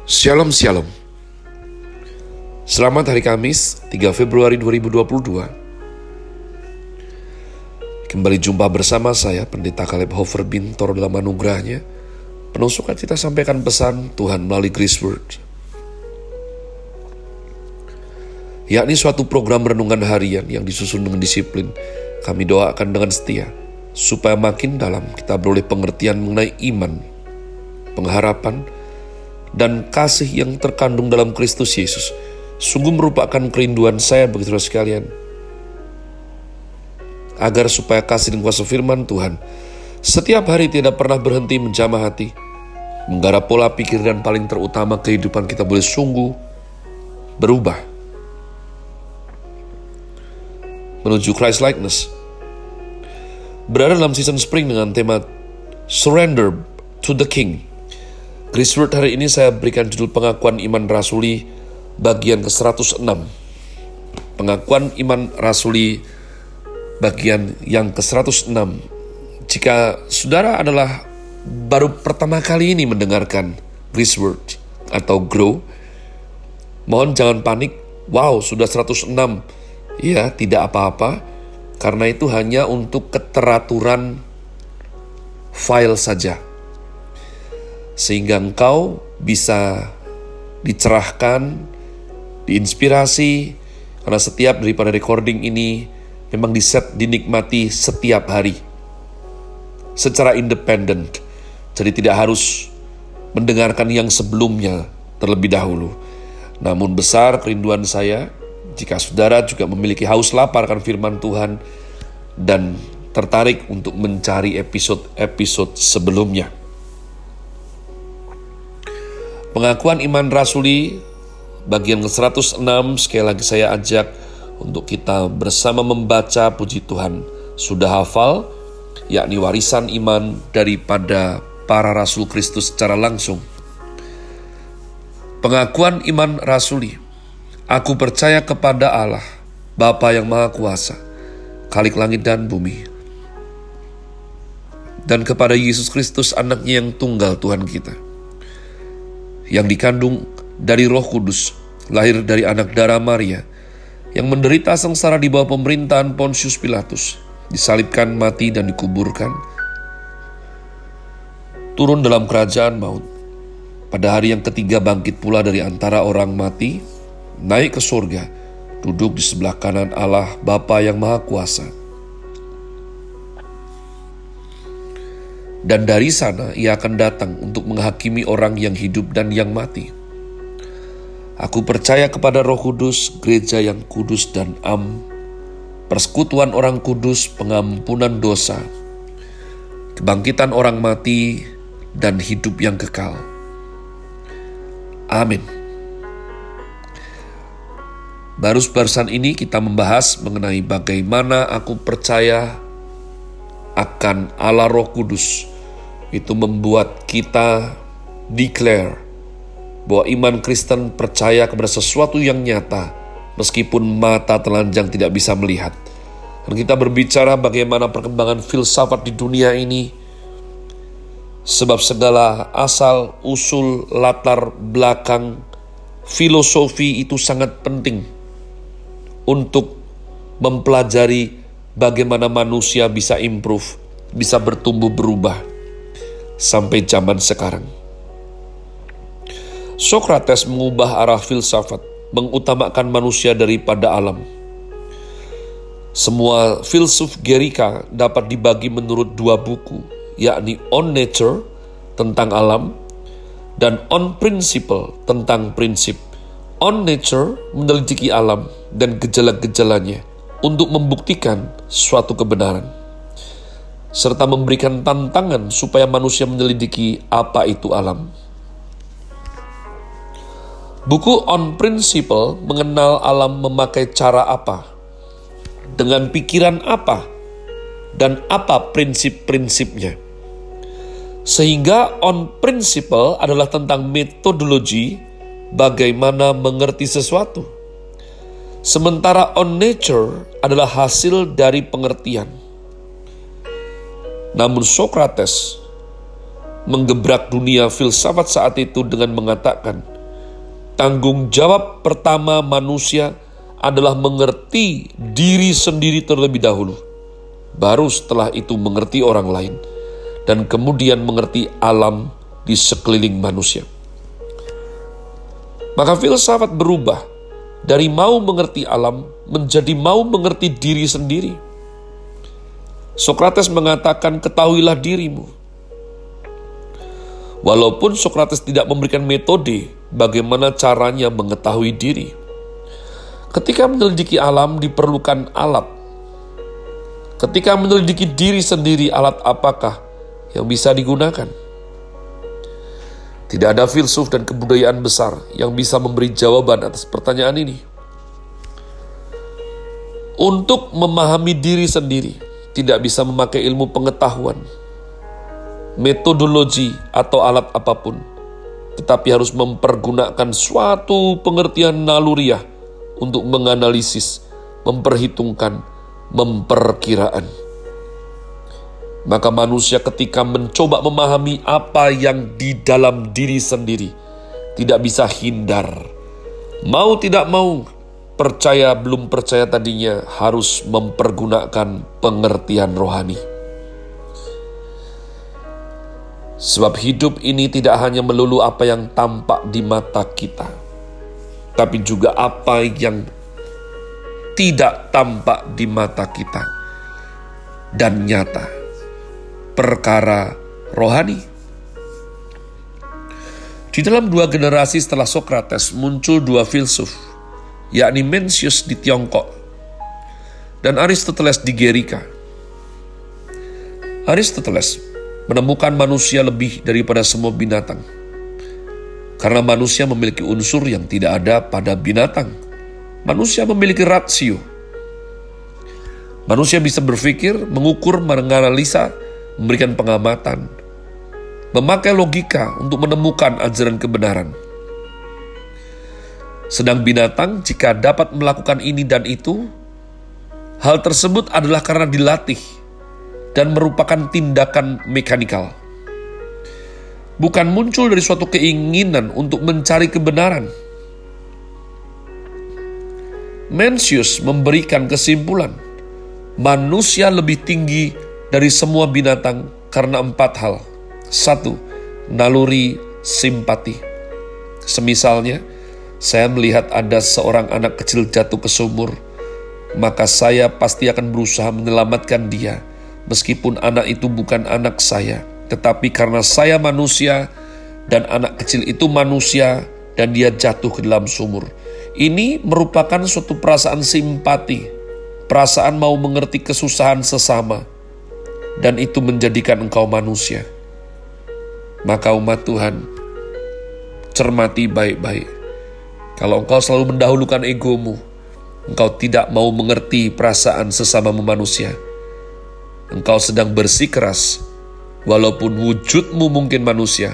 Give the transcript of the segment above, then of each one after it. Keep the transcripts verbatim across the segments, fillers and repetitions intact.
Shalom Shalom. Selamat hari Kamis tiga Februari dua ribu dua puluh dua. Kembali jumpa bersama saya Pendeta Caleb Hofer Bintor dalam anugerahnya. Penuh sukacita sampaikan pesan Tuhan melalui Grace Word, yakni suatu program renungan harian yang disusun dengan disiplin. Kami doakan dengan setia supaya makin dalam kita beroleh pengertian mengenai iman, pengharapan, dan kasih yang terkandung dalam Kristus Yesus. Sungguh merupakan kerinduan saya bagi saudara sekalian, agar supaya kasih dan kuasa firman Tuhan setiap hari tidak pernah berhenti menjamah hati, menggarap pola pikir, dan paling terutama kehidupan kita boleh sungguh berubah menuju Christ likeness. Berada dalam season spring dengan tema Surrender to the King. Grace Word hari ini saya berikan judul Pengakuan Iman Rasuli bagian ke seratus enam. Pengakuan Iman Rasuli bagian yang ke seratus enam. Jika saudara adalah baru pertama kali ini mendengarkan Grace Word atau Grow, mohon jangan panik. Wow, sudah seratus enam. Ya, tidak apa-apa, karena itu hanya untuk keteraturan file saja, sehingga engkau bisa dicerahkan, diinspirasi, karena setiap daripada recording ini memang diset dinikmati setiap hari secara independen. Jadi tidak harus mendengarkan yang sebelumnya terlebih dahulu. Namun besar kerinduan saya jika saudara juga memiliki haus lapar akan firman Tuhan dan tertarik untuk mencari episode-episode sebelumnya. Pengakuan Iman Rasuli bagian ke seratus enam, sekali lagi saya ajak untuk kita bersama membaca puji Tuhan. Sudah hafal, yakni warisan iman daripada para Rasul Kristus secara langsung. Pengakuan Iman Rasuli. Aku percaya kepada Allah, Bapa yang Maha Kuasa, Khalik langit dan bumi, dan kepada Yesus Kristus, anaknya yang tunggal Tuhan kita, yang dikandung dari Roh Kudus, lahir dari anak darah Maria, yang menderita sengsara di bawah pemerintahan Pontius Pilatus, disalibkan, mati, dan dikuburkan, turun dalam kerajaan maut, pada hari yang ketiga bangkit pula dari antara orang mati, naik ke surga, duduk di sebelah kanan Allah Bapa yang Maha Kuasa. Dan dari sana ia akan datang untuk menghakimi orang yang hidup dan yang mati. Aku percaya kepada Roh Kudus, gereja yang kudus dan am, persekutuan orang kudus, pengampunan dosa, kebangkitan orang mati, dan hidup yang kekal. Amin. Baru-barusan ini kita membahas mengenai bagaimana aku percaya akan Allah Roh Kudus. Itu membuat kita declare bahwa iman Kristen percaya kepada sesuatu yang nyata, meskipun mata telanjang tidak bisa melihat. Dan kita berbicara bagaimana perkembangan filsafat di dunia ini, sebab segala asal, usul, latar belakang, filosofi itu sangat penting untuk mempelajari bagaimana manusia bisa improve, bisa bertumbuh berubah sampai zaman sekarang. Sokrates mengubah arah filsafat, mengutamakan manusia daripada alam. Semua filsuf Gerika dapat dibagi menurut dua buku, yakni On Nature tentang alam dan On Principle tentang prinsip. On Nature meneliti alam dan gejala-gejalanya untuk membuktikan suatu kebenaran, serta memberikan tantangan supaya manusia menyelidiki apa itu alam. Buku On Principle mengenal alam memakai cara apa, dengan pikiran apa, dan apa prinsip-prinsipnya. Sehingga On Principle adalah tentang metodologi bagaimana mengerti sesuatu, sementara On Nature adalah hasil dari pengertian. Namun Sokrates menggebrak dunia filsafat saat itu dengan mengatakan Tanggung jawab pertama manusia adalah mengerti diri sendiri terlebih dahulu. Baru setelah itu mengerti orang lain. Dan kemudian mengerti alam di sekeliling manusia. Maka filsafat berubah dari mau mengerti alam menjadi mau mengerti diri sendiri. Sokrates mengatakan, ketahuilah dirimu. Walaupun Sokrates tidak memberikan metode bagaimana caranya mengetahui diri. Ketika menyelidiki alam diperlukan alat. Ketika menyelidiki diri sendiri, alat apakah yang bisa digunakan? Tidak ada filsuf dan kebudayaan besar yang bisa memberi jawaban atas pertanyaan ini. Untuk memahami diri sendiri, tidak bisa memakai ilmu pengetahuan, metodologi, atau alat apapun, tetapi harus mempergunakan suatu pengertian naluriah untuk menganalisis, memperhitungkan, memperkiraan. Maka manusia ketika mencoba memahami apa yang di dalam diri sendiri, tidak bisa hindar. Mau tidak mau, percaya belum percaya tadinya, harus mempergunakan pengertian rohani. Sebab hidup ini tidak hanya melulu apa yang tampak di mata kita, tapi juga apa yang tidak tampak di mata kita dan nyata. Perkara rohani. Di dalam dua generasi setelah Sokrates muncul dua filsuf, yakni Mencius di Tiongkok dan Aristoteles di Gerika. Aristoteles menemukan manusia lebih daripada semua binatang, karena manusia memiliki unsur yang tidak ada pada binatang. Manusia memiliki rasio. Manusia bisa berpikir, mengukur, menganalisa, memberikan pengamatan, memakai logika untuk menemukan ajaran kebenaran. Sedang binatang jika dapat melakukan ini dan itu, hal tersebut adalah karena dilatih dan merupakan tindakan mekanikal. Bukan muncul dari suatu keinginan untuk mencari kebenaran. Mencius memberikan kesimpulan, manusia lebih tinggi dari semua binatang karena empat hal. Satu, naluri simpati. Semisalnya, saya melihat ada seorang anak kecil jatuh ke sumur, maka saya pasti akan berusaha menyelamatkan dia, meskipun anak itu bukan anak saya, tetapi karena saya manusia dan anak kecil itu manusia dan dia jatuh ke dalam sumur. Ini merupakan suatu perasaan simpati, perasaan mau mengerti kesusahan sesama, dan itu menjadikan engkau manusia. Maka umat Tuhan, cermati baik-baik. Kalau engkau selalu mendahulukan egomu, engkau tidak mau mengerti perasaan sesama manusia. Engkau sedang bersikeras, walaupun wujudmu mungkin manusia,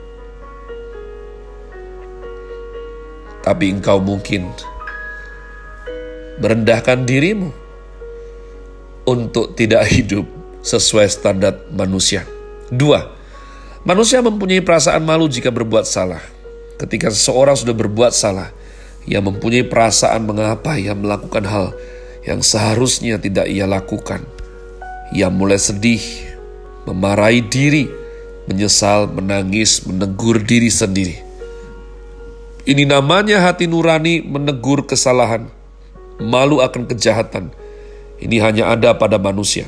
tapi engkau mungkin merendahkan dirimu untuk tidak hidup sesuai standar manusia. Dua, manusia mempunyai perasaan malu jika berbuat salah. Ketika seseorang sudah berbuat salah, ia mempunyai perasaan mengapa ia melakukan hal yang seharusnya tidak ia lakukan. Ia mulai sedih, memarahi diri, menyesal, menangis, menegur diri sendiri. Ini namanya hati nurani menegur kesalahan, malu akan kejahatan. Ini hanya ada pada manusia.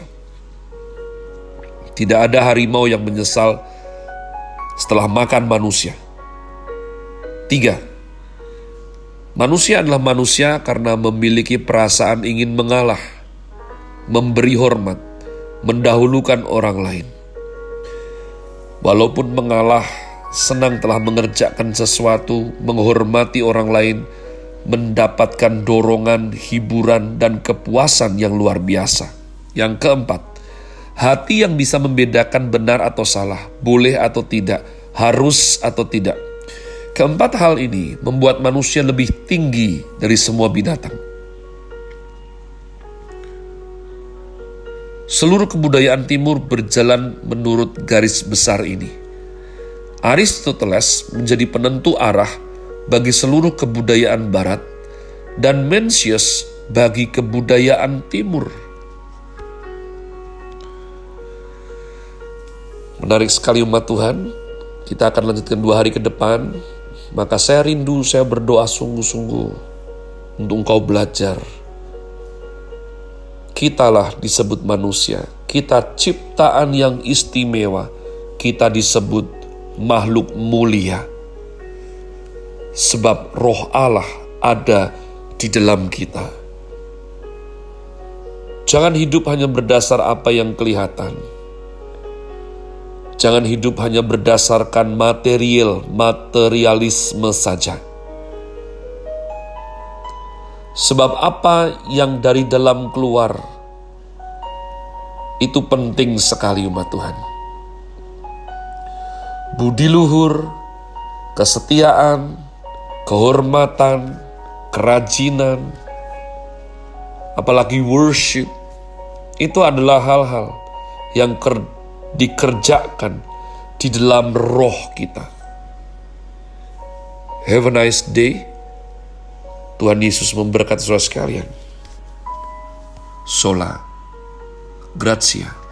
Tidak ada harimau yang menyesal setelah makan manusia. Tiga, manusia adalah manusia karena memiliki perasaan ingin mengalah, memberi hormat, mendahulukan orang lain. Walaupun mengalah, senang telah mengerjakan sesuatu, menghormati orang lain, mendapatkan dorongan, hiburan, dan kepuasan yang luar biasa. Yang keempat, hati yang bisa membedakan benar atau salah, boleh atau tidak, harus atau tidak. Keempat hal ini membuat manusia lebih tinggi dari semua binatang. Seluruh kebudayaan timur berjalan menurut garis besar ini. Aristoteles menjadi penentu arah bagi seluruh kebudayaan Barat dan Mencius bagi kebudayaan Timur. Menarik sekali umat Tuhan. Kita akan lanjutkan dua hari ke depan. Maka saya rindu, saya berdoa sungguh-sungguh untuk engkau belajar. Kitalah disebut manusia, kita ciptaan yang istimewa, kita disebut makhluk mulia. Sebab roh Allah ada di dalam kita. Jangan hidup hanya berdasar apa yang kelihatan. Jangan hidup hanya berdasarkan material, materialisme saja. Sebab apa yang dari dalam keluar, itu penting sekali umat Tuhan. Budi luhur, kesetiaan, kehormatan, kerajinan, apalagi worship, itu adalah hal-hal yang ker- dikerjakan di dalam roh kita. Have a nice day. Tuhan Yesus memberkati saudara sekalian. Sola Gratia.